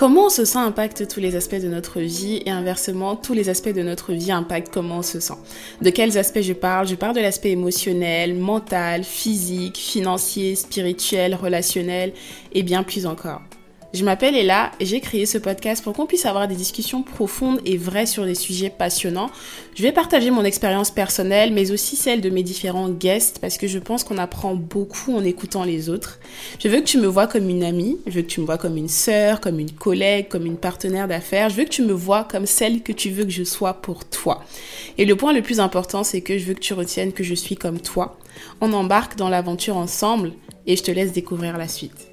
Comment on se sent impacte tous les aspects de notre vie et inversement, tous les aspects de notre vie impactent comment on se sent. De quels aspects je parle? Je parle de l'aspect émotionnel, mental, physique, financier, spirituel, relationnel et bien plus encore. Je m'appelle Ella et j'ai créé ce podcast pour qu'on puisse avoir des discussions profondes et vraies sur des sujets passionnants. Je vais partager mon expérience personnelle mais aussi celle de mes différents guests parce que je pense qu'on apprend beaucoup en écoutant les autres. Je veux que tu me vois comme une amie, je veux que tu me vois comme une sœur, comme une collègue, comme une partenaire d'affaires. Je veux que tu me vois comme celle que tu veux que je sois pour toi. Et le point le plus important, c'est que je veux que tu retiennes que je suis comme toi. On embarque dans l'aventure ensemble et je te laisse découvrir la suite.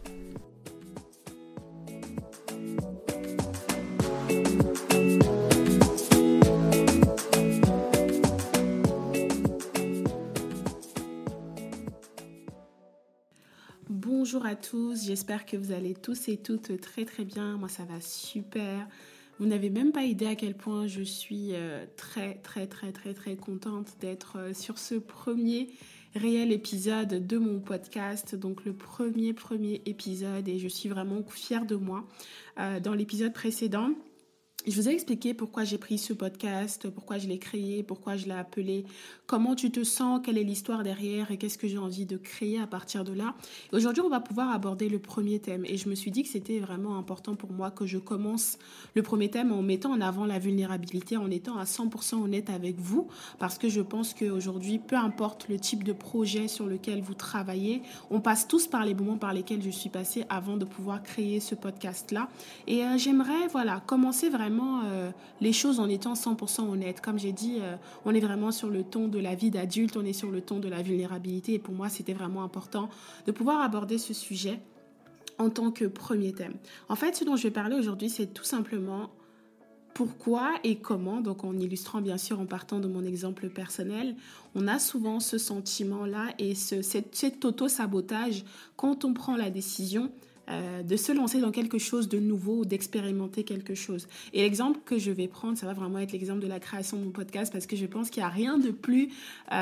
Bonjour à tous, j'espère que vous allez tous et toutes très très bien, moi ça va super. Vous n'avez même pas idée à quel point je suis très contente d'être sur ce premier réel épisode de mon podcast, donc le premier épisode et je suis vraiment fière de moi. Dans l'épisode précédent, je vous ai expliqué pourquoi j'ai pris ce podcast, pourquoi je l'ai créé, pourquoi je l'ai appelé, comment tu te sens, quelle est l'histoire derrière et qu'est-ce que j'ai envie de créer à partir de là. Aujourd'hui, on va pouvoir aborder le premier thème et je me suis dit que c'était vraiment important pour moi que je commence le premier thème en mettant en avant la vulnérabilité, en étant à 100% honnête avec vous parce que je pense qu'aujourd'hui, peu importe le type de projet sur lequel vous travaillez, on passe tous par les moments par lesquels je suis passée avant de pouvoir créer ce podcast-là et j'aimerais commencer vraiment les choses en étant 100% honnête. Comme j'ai dit, on est vraiment sur le ton de la vie d'adulte, on est sur le ton de la vulnérabilité et pour moi, c'était vraiment important de pouvoir aborder ce sujet en tant que premier thème. En fait, ce dont je vais parler aujourd'hui, c'est tout simplement pourquoi et comment, donc en illustrant bien sûr en partant de mon exemple personnel, on a souvent ce sentiment-là et cet auto-sabotage quand on prend la décision de se lancer dans quelque chose de nouveau ou d'expérimenter quelque chose. Et l'exemple que je vais prendre, ça va vraiment être l'exemple de la création de mon podcast parce que je pense qu'il n'y a rien de plus...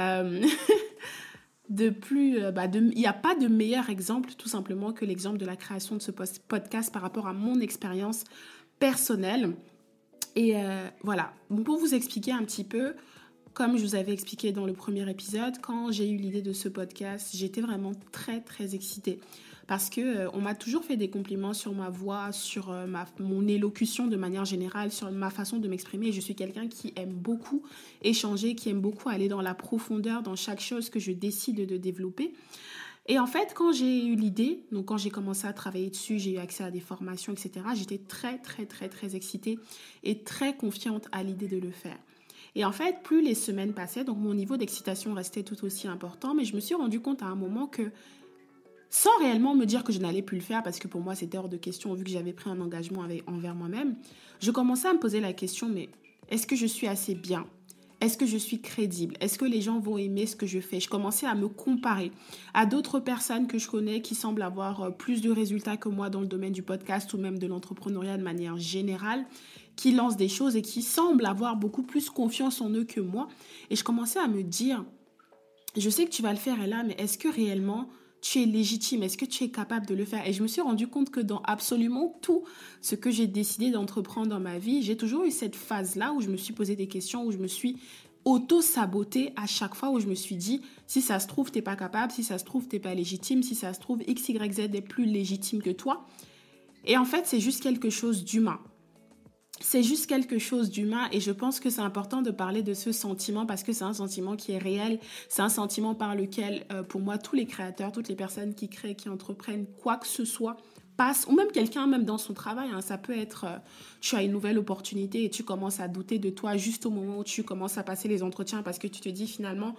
il n'y a pas de meilleur exemple tout simplement que l'exemple de la création de ce podcast par rapport à mon expérience personnelle. Et voilà, pour vous expliquer un petit peu, comme je vous avais expliqué dans le premier épisode, quand j'ai eu l'idée de ce podcast, j'étais vraiment très excitée. Parce qu'on m'a toujours fait des compliments sur ma voix, sur mon élocution de manière générale, sur ma façon de m'exprimer. Je suis quelqu'un qui aime beaucoup échanger, qui aime beaucoup aller dans la profondeur, dans chaque chose que je décide de développer. Et en fait, quand j'ai eu l'idée, donc quand j'ai commencé à travailler dessus, j'ai eu accès à des formations, etc., j'étais très excitée et très confiante à l'idée de le faire. Et en fait, plus les semaines passaient, donc mon niveau d'excitation restait tout aussi important, mais je me suis rendu compte à un moment que, sans réellement me dire que je n'allais plus le faire, parce que pour moi c'était hors de question vu que j'avais pris un engagement envers moi-même, je commençais à me poser la question, mais est-ce que je suis assez bien ? Est-ce que je suis crédible ? Est-ce que les gens vont aimer ce que je fais ? Je commençais à me comparer à d'autres personnes que je connais qui semblent avoir plus de résultats que moi dans le domaine du podcast ou même de l'entrepreneuriat de manière générale, qui lancent des choses et qui semblent avoir beaucoup plus confiance en eux que moi. Et je commençais à me dire, je sais que tu vas le faire Ella, mais est-ce que réellement tu es légitime? Est-ce que tu es capable de le faire? Et je me suis rendu compte que dans absolument tout ce que j'ai décidé d'entreprendre dans ma vie, j'ai toujours eu cette phase-là où je me suis posé des questions, où je me suis auto-sabotée à chaque fois, où je me suis dit, si ça se trouve, t'es pas capable, si ça se trouve, t'es pas légitime, si ça se trouve, X, Y, Z est plus légitime que toi. Et en fait, c'est juste quelque chose d'humain. C'est juste quelque chose d'humain et je pense que c'est important de parler de ce sentiment parce que c'est un sentiment qui est réel, c'est un sentiment par lequel, pour moi, tous les créateurs, toutes les personnes qui créent, qui entreprennent quoi que ce soit, passent, ou même quelqu'un, même dans son travail, ça peut être, tu as une nouvelle opportunité et tu commences à douter de toi juste au moment où tu commences à passer les entretiens parce que tu te dis finalement,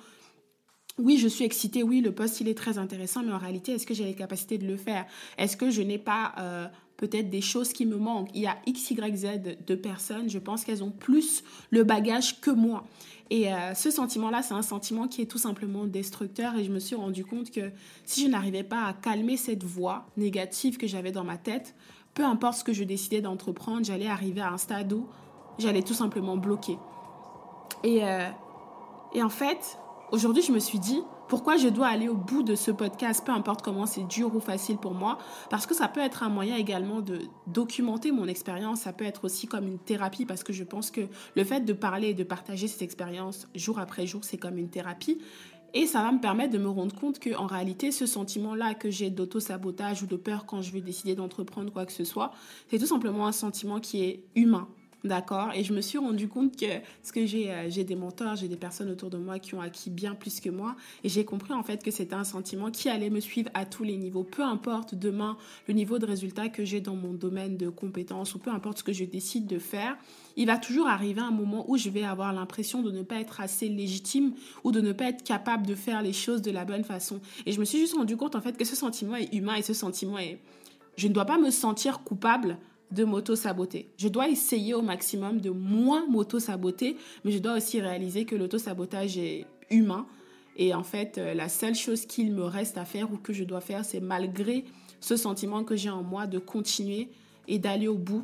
oui, je suis excitée, oui, le poste, il est très intéressant, mais en réalité, est-ce que j'ai les capacités de le faire? Est-ce que je n'ai pas peut-être des choses qui me manquent? Il y a X, Y, Z de personnes, je pense qu'elles ont plus le bagage que moi. Et ce sentiment-là, c'est un sentiment qui est tout simplement destructeur et je me suis rendu compte que si je n'arrivais pas à calmer cette voix négative que j'avais dans ma tête, peu importe ce que je décidais d'entreprendre, j'allais arriver à un stade où j'allais tout simplement bloquer. Et en fait... Aujourd'hui, je me suis dit, Pourquoi je dois aller au bout de ce podcast, peu importe comment c'est dur ou facile pour moi, parce que ça peut être un moyen également de documenter mon expérience, ça peut être aussi comme une thérapie, parce que je pense que le fait de parler et de partager cette expérience jour après jour, c'est comme une thérapie. Et ça va me permettre de me rendre compte qu'en réalité, ce sentiment-là que j'ai d'auto-sabotage ou de peur quand je veux décider d'entreprendre quoi que ce soit, c'est tout simplement un sentiment qui est humain. D'accord. Et je me suis rendu compte que, parce que j'ai des mentors, j'ai des personnes autour de moi qui ont acquis bien plus que moi. Et j'ai compris en fait que c'était un sentiment qui allait me suivre à tous les niveaux. Peu importe demain le niveau de résultat que j'ai dans mon domaine de compétences ou peu importe ce que je décide de faire, il va toujours arriver un moment où je vais avoir l'impression de ne pas être assez légitime ou de ne pas être capable de faire les choses de la bonne façon. Et je me suis juste rendu compte en fait que ce sentiment est humain et ce sentiment est... Je ne dois pas me sentir coupable de m'auto-saboter. Je dois essayer au maximum de moins m'auto-saboter, mais je dois aussi réaliser que l'auto-sabotage est humain. Et en fait, la seule chose qu'il me reste à faire ou que je dois faire, c'est malgré ce sentiment que j'ai en moi, de continuer et d'aller au bout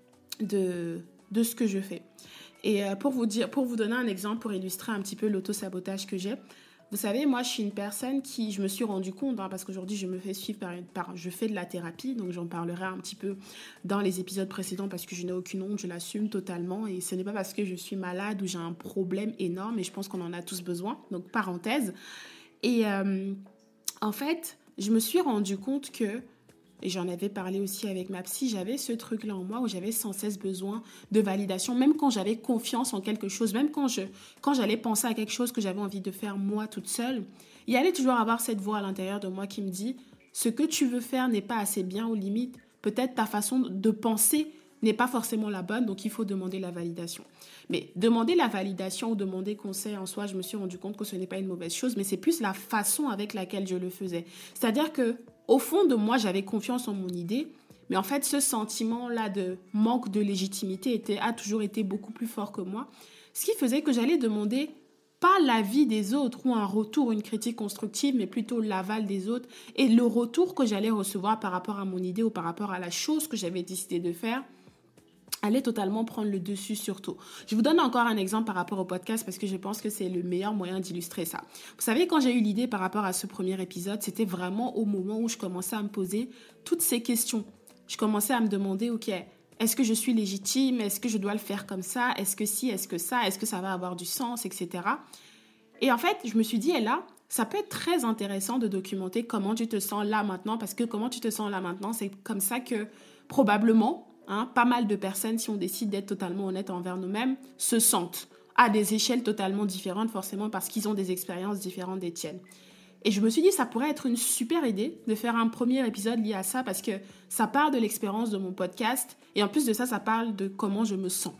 de ce que je fais. Et pour vous donner un exemple, pour illustrer un petit peu l'auto-sabotage que j'ai, vous savez, moi, je suis une personne qui, je me suis rendu compte, parce qu'aujourd'hui, je me fais suivre je fais de la thérapie, donc j'en parlerai un petit peu dans les épisodes précédents parce que je n'ai aucune honte, je l'assume totalement et ce n'est pas parce que je suis malade ou j'ai un problème énorme et je pense qu'on en a tous besoin, donc parenthèse. Et en fait, je me suis rendu compte que, et j'en avais parlé aussi avec ma psy, j'avais ce truc-là en moi où j'avais sans cesse besoin de validation, même quand j'avais confiance en quelque chose, même quand j'allais penser à quelque chose que j'avais envie de faire moi toute seule, il y allait toujours avoir cette voix à l'intérieur de moi qui me dit « ce que tu veux faire n'est pas assez bien ou limite, peut-être ta façon de penser n'est pas forcément la bonne, donc il faut demander la validation. » Mais demander la validation ou demander conseil en soi, je me suis rendu compte que ce n'est pas une mauvaise chose, mais c'est plus la façon avec laquelle je le faisais. C'est-à-dire que au fond de moi, j'avais confiance en mon idée, mais en fait, ce sentiment-là de manque de légitimité a toujours été beaucoup plus fort que moi, ce qui faisait que j'allais demander pas l'avis des autres ou un retour, une critique constructive, mais plutôt l'aval des autres et le retour que j'allais recevoir par rapport à mon idée ou par rapport à la chose que j'avais décidé de faire allait totalement prendre le dessus sur tout. Je vous donne encore un exemple par rapport au podcast parce que je pense que c'est le meilleur moyen d'illustrer ça. Vous savez, quand j'ai eu l'idée par rapport à ce premier épisode, c'était vraiment au moment où je commençais à me poser toutes ces questions. Je commençais à me demander, ok, est-ce que je suis légitime? Est-ce que je dois le faire comme ça? Est-ce que si? Est-ce que ça? Est-ce que ça va avoir du sens? Etc. Et en fait, je me suis dit, et là, ça peut être très intéressant de documenter comment tu te sens là maintenant parce que comment tu te sens là maintenant, c'est comme ça que probablement... pas mal de personnes, si on décide d'être totalement honnête envers nous-mêmes, se sentent à des échelles totalement différentes, forcément parce qu'ils ont des expériences différentes des tiennes. Et je me suis dit, ça pourrait être une super idée de faire un premier épisode lié à ça parce que ça parle de l'expérience de mon podcast et en plus de ça, ça parle de comment je me sens.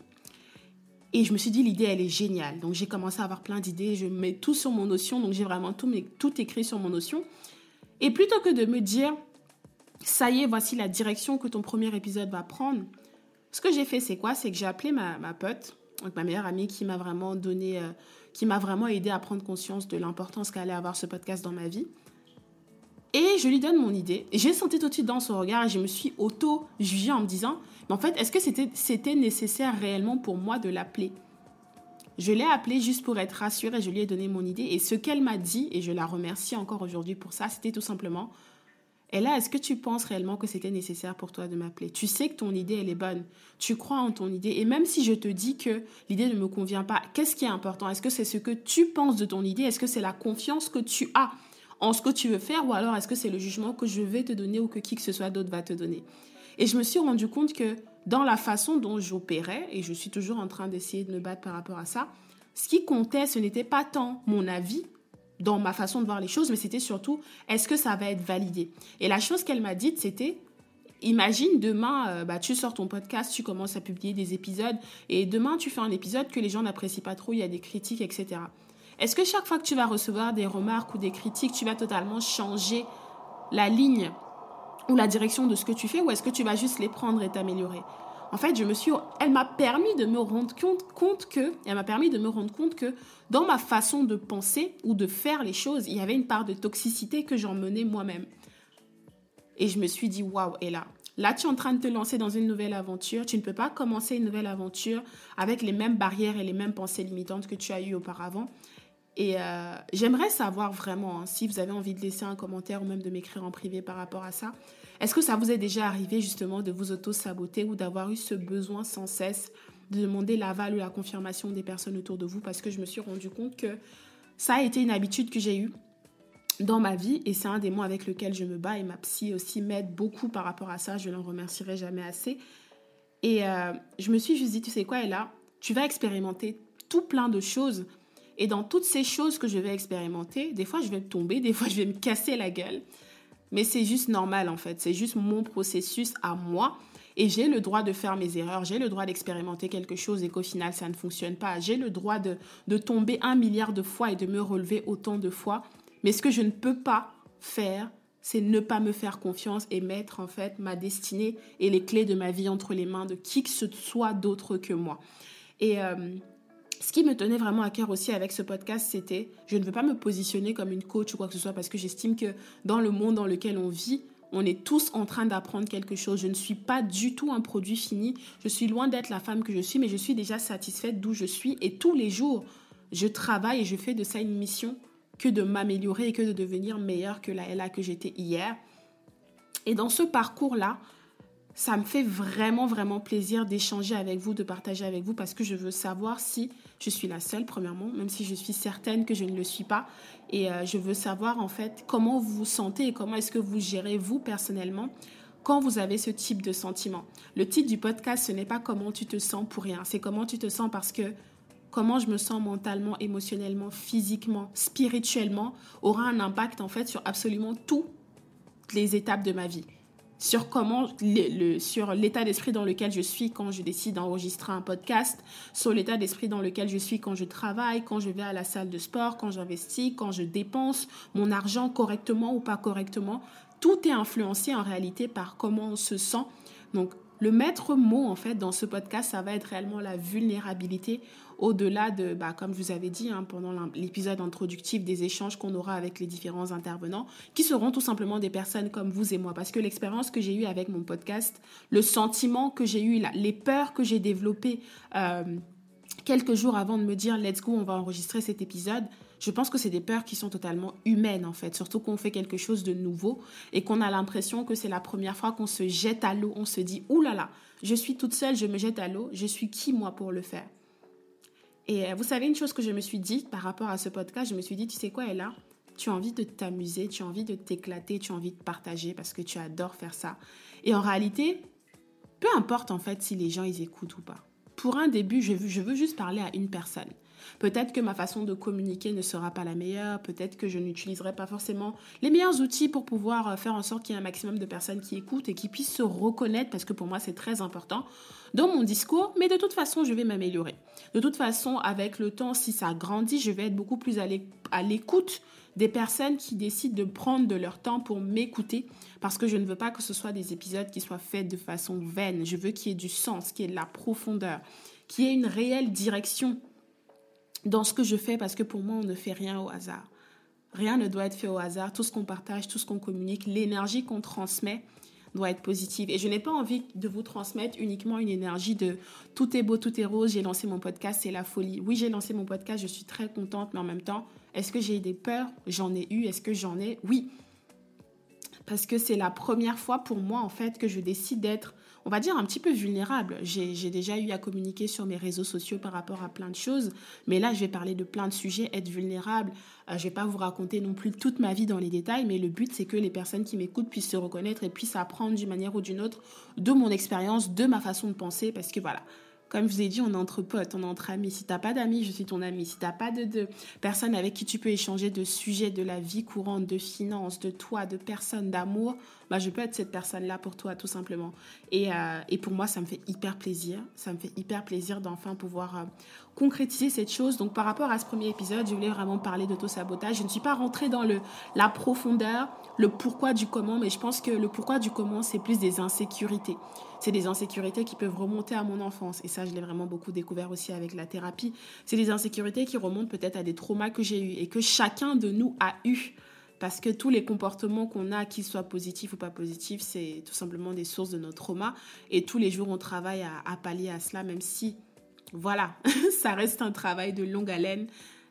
Et je me suis dit, l'idée, elle est géniale. Donc, j'ai commencé à avoir plein d'idées, je mets tout sur mon Notion, donc j'ai vraiment tout écrit sur mon Notion. Et plutôt que de me dire... ça y est, voici la direction que ton premier épisode va prendre. Ce que j'ai fait, c'est quoi? C'est que j'ai appelé ma pote, donc ma meilleure amie qui m'a vraiment aidé à prendre conscience de l'importance qu'allait avoir ce podcast dans ma vie. Et je lui donne mon idée. Et j'ai senti tout de suite dans son regard et je me suis auto-jugée en me disant, mais en fait, est-ce que c'était nécessaire réellement pour moi de l'appeler? Je l'ai appelée juste pour être rassurée, je lui ai donné mon idée. Et ce qu'elle m'a dit, et je la remercie encore aujourd'hui pour ça, c'était tout simplement... Et là, est-ce que tu penses réellement que c'était nécessaire pour toi de m'appeler? Tu sais que ton idée, elle est bonne. Tu crois en ton idée. Et même si je te dis que l'idée ne me convient pas, qu'est-ce qui est important? Est-ce que c'est ce que tu penses de ton idée? Est-ce que c'est la confiance que tu as en ce que tu veux faire? Ou alors est-ce que c'est le jugement que je vais te donner ou que qui que ce soit d'autre va te donner? Et je me suis rendu compte que dans la façon dont j'opérais, et je suis toujours en train d'essayer de me battre par rapport à ça, ce qui comptait, ce n'était pas tant mon avis, dans ma façon de voir les choses, mais c'était surtout, est-ce que ça va être validé? Et la chose qu'elle m'a dite, c'était, imagine demain, tu sors ton podcast, tu commences à publier des épisodes, et demain, tu fais un épisode que les gens n'apprécient pas trop, il y a des critiques, etc. Est-ce que chaque fois que tu vas recevoir des remarques ou des critiques, tu vas totalement changer la ligne ou la direction de ce que tu fais, ou est-ce que tu vas juste les prendre et t'améliorer? En fait, elle m'a permis de me rendre compte que dans ma façon de penser ou de faire les choses, il y avait une part de toxicité que j'en menais moi-même. Et je me suis dit, waouh, et là, tu es en train de te lancer dans une nouvelle aventure. Tu ne peux pas commencer une nouvelle aventure avec les mêmes barrières et les mêmes pensées limitantes que tu as eues auparavant. Et j'aimerais savoir vraiment, hein, si vous avez envie de laisser un commentaire ou même de m'écrire en privé par rapport à ça. Est-ce que ça vous est déjà arrivé justement de vous auto-saboter ou d'avoir eu ce besoin sans cesse de demander l'aval ou la confirmation des personnes autour de vous? Parce que je me suis rendu compte que ça a été une habitude que j'ai eue dans ma vie et c'est un des mots avec lequel je me bats et ma psy aussi m'aide beaucoup par rapport à ça. Je ne l'en remercierai jamais assez. Et je me suis juste dit, tu sais quoi, Ella, tu vas expérimenter tout plein de choses. Et dans toutes ces choses que je vais expérimenter, des fois je vais tomber, des fois je vais me casser la gueule. Mais c'est juste normal en fait. C'est juste mon processus à moi. Et j'ai le droit de faire mes erreurs. J'ai le droit d'expérimenter quelque chose et qu'au final ça ne fonctionne pas. J'ai le droit de tomber 1 milliard de fois et de me relever autant de fois. Mais ce que je ne peux pas faire, c'est ne pas me faire confiance et mettre en fait ma destinée et les clés de ma vie entre les mains de qui que ce soit d'autre que moi. Et ce qui me tenait vraiment à cœur aussi avec ce podcast, c'était, je ne veux pas me positionner comme une coach ou quoi que ce soit parce que j'estime que dans le monde dans lequel on vit, on est tous en train d'apprendre quelque chose. Je ne suis pas du tout un produit fini. Je suis loin d'être la femme que je suis, mais je suis déjà satisfaite d'où je suis. Et tous les jours, je travaille et je fais de ça une mission que de m'améliorer et que de devenir meilleure que la Ella que j'étais hier. Et dans ce parcours-là, ça me fait vraiment, vraiment plaisir d'échanger avec vous, de partager avec vous parce que je veux savoir si je suis la seule, premièrement, même si je suis certaine que je ne le suis pas. Et je veux savoir, en fait, comment vous vous sentez et comment est-ce que vous gérez, vous, personnellement, quand vous avez ce type de sentiment. Le titre du podcast, ce n'est pas comment tu te sens pour rien. C'est comment tu te sens parce que comment je me sens mentalement, émotionnellement, physiquement, spirituellement, aura un impact, en fait, sur absolument toutes les étapes de ma vie. Sur sur l'état d'esprit dans lequel je suis quand je décide d'enregistrer un podcast, sur l'état d'esprit dans lequel je suis quand je travaille, quand je vais à la salle de sport, quand j'investis, quand je dépense mon argent correctement ou pas correctement. Tout est influencé en réalité par comment on se sent. Donc, le maître mot, en fait, dans ce podcast, ça va être réellement la vulnérabilité au-delà de, comme je vous avais dit, pendant l'épisode introductif, des échanges qu'on aura avec les différents intervenants, qui seront tout simplement des personnes comme vous et moi. Parce que l'expérience que j'ai eue avec mon podcast, le sentiment que j'ai eu, les peurs que j'ai développées quelques jours avant de me dire « let's go, on va enregistrer cet épisode », je pense que c'est des peurs qui sont totalement humaines en fait, surtout qu'on fait quelque chose de nouveau et qu'on a l'impression que c'est la première fois qu'on se jette à l'eau. On se dit « ouh là là, je suis toute seule, je me jette à l'eau, je suis qui moi pour le faire ?» Et vous savez une chose que je me suis dit par rapport à ce podcast, je me suis dit, tu sais quoi Ella, tu as envie de t'amuser, tu as envie de t'éclater, tu as envie de partager parce que tu adores faire ça. Et en réalité, peu importe en fait si les gens ils écoutent ou pas. Pour un début, je veux juste parler à une personne. Peut-être que ma façon de communiquer ne sera pas la meilleure, peut-être que je n'utiliserai pas forcément les meilleurs outils pour pouvoir faire en sorte qu'il y ait un maximum de personnes qui écoutent et qui puissent se reconnaître, parce que pour moi c'est très important, dans mon discours, mais de toute façon je vais m'améliorer. De toute façon, avec le temps, si ça grandit, je vais être beaucoup plus à l'écoute des personnes qui décident de prendre de leur temps pour m'écouter, parce que je ne veux pas que ce soit des épisodes qui soient faits de façon vaine. Je veux qu'il y ait du sens, qu'il y ait de la profondeur, qu'il y ait une réelle direction dans ce que je fais, parce que pour moi, on ne fait rien au hasard. Rien ne doit être fait au hasard. Tout ce qu'on partage, tout ce qu'on communique, l'énergie qu'on transmet doit être positive. Et je n'ai pas envie de vous transmettre uniquement une énergie de tout est beau, tout est rose, j'ai lancé mon podcast, c'est la folie. Oui, j'ai lancé mon podcast, je suis très contente, mais en même temps, est-ce que j'ai eu des peurs? J'en ai eu. Est-ce que j'en ai? Oui. Parce que c'est la première fois pour moi, en fait, que je décide d'être, on va dire, un petit peu vulnérable. J'ai déjà eu à communiquer sur mes réseaux sociaux par rapport à plein de choses. Mais là, je vais parler de plein de sujets, être vulnérable. Je ne vais pas vous raconter non plus toute ma vie dans les détails, mais le but, c'est que les personnes qui m'écoutent puissent se reconnaître et puissent apprendre d'une manière ou d'une autre de mon expérience, de ma façon de penser. Parce que voilà, comme je vous ai dit, on est entre potes, on est entre amis. Si tu n'as pas d'amis, je suis ton ami. Si tu n'as pas de personnes avec qui tu peux échanger de sujets de la vie courante, de finances, de toi, de personnes, d'amour, je peux être cette personne-là pour toi, tout simplement. Et pour moi, ça me fait hyper plaisir. Ça me fait hyper plaisir d'enfin pouvoir concrétiser cette chose. Donc, par rapport à ce premier épisode, je voulais vraiment parler d'auto-sabotage. Je ne suis pas rentrée dans la profondeur, le pourquoi du comment, mais je pense que le pourquoi du comment, c'est plus des insécurités. C'est des insécurités qui peuvent remonter à mon enfance. Et ça, je l'ai vraiment beaucoup découvert aussi avec la thérapie. C'est des insécurités qui remontent peut-être à des traumas que j'ai eus et que chacun de nous a eu. Parce que tous les comportements qu'on a, qu'ils soient positifs ou pas positifs, c'est tout simplement des sources de nos traumas. Et tous les jours, on travaille à pallier à cela, même si, voilà, ça reste un travail de longue haleine.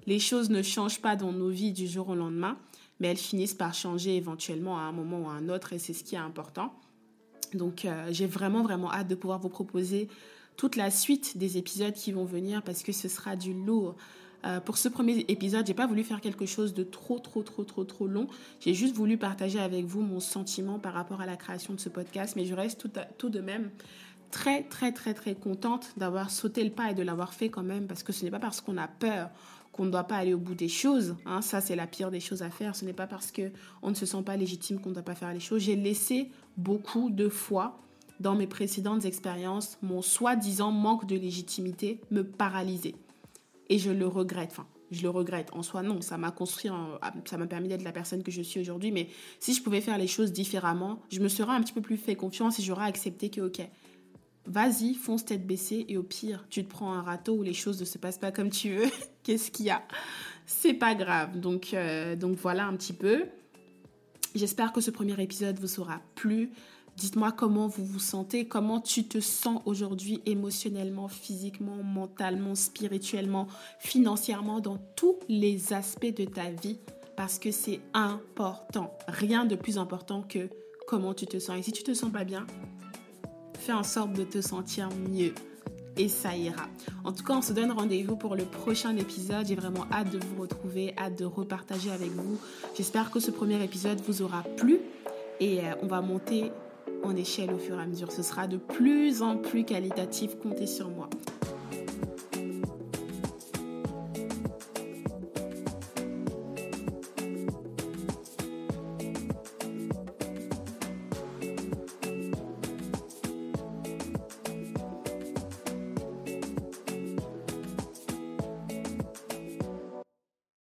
les choses ne changent pas dans nos vies du jour au lendemain, mais elles finissent par changer éventuellement à un moment ou à un autre et c'est ce qui est important. Donc, j'ai vraiment, vraiment hâte de pouvoir vous proposer toute la suite des épisodes qui vont venir parce que ce sera du lourd. Pour ce premier épisode, j'ai pas voulu faire quelque chose de trop long. J'ai juste voulu partager avec vous mon sentiment par rapport à la création de ce podcast, mais je reste tout de même très contente d'avoir sauté le pas et de l'avoir fait quand même, parce que ce n'est pas parce qu'on a peur qu'on ne doit pas aller au bout des choses. Hein. Ça, c'est la pire des choses à faire. Ce n'est pas parce qu'on ne se sent pas légitime qu'on ne doit pas faire les choses. J'ai laissé beaucoup de fois dans mes précédentes expériences mon soi-disant manque de légitimité me paralyser. Et je le regrette. Enfin, je le regrette. En soi, non. Ça m'a construit, ça m'a permis d'être la personne que je suis aujourd'hui. Mais si je pouvais faire les choses différemment, je me serais un petit peu plus fait confiance et j'aurais accepté que, ok, vas-y, fonce tête baissée et au pire, tu te prends un râteau où les choses ne se passent pas comme tu veux. Qu'est-ce qu'il y a ? C'est pas grave. Donc voilà un petit peu. J'espère que ce premier épisode vous aura plu. Dites-moi comment vous vous sentez, comment tu te sens aujourd'hui émotionnellement, physiquement, mentalement, spirituellement, financièrement, dans tous les aspects de ta vie, parce que c'est important. Rien de plus important que comment tu te sens. Et si tu te sens pas bien, fais en sorte de te sentir mieux. Et ça ira. En tout cas, on se donne rendez-vous pour le prochain épisode. J'ai vraiment hâte de vous retrouver, hâte de repartager avec vous. J'espère que ce premier épisode vous aura plu. Et on va monter en échelle au fur et à mesure. Ce sera de plus en plus qualitatif. Comptez sur moi.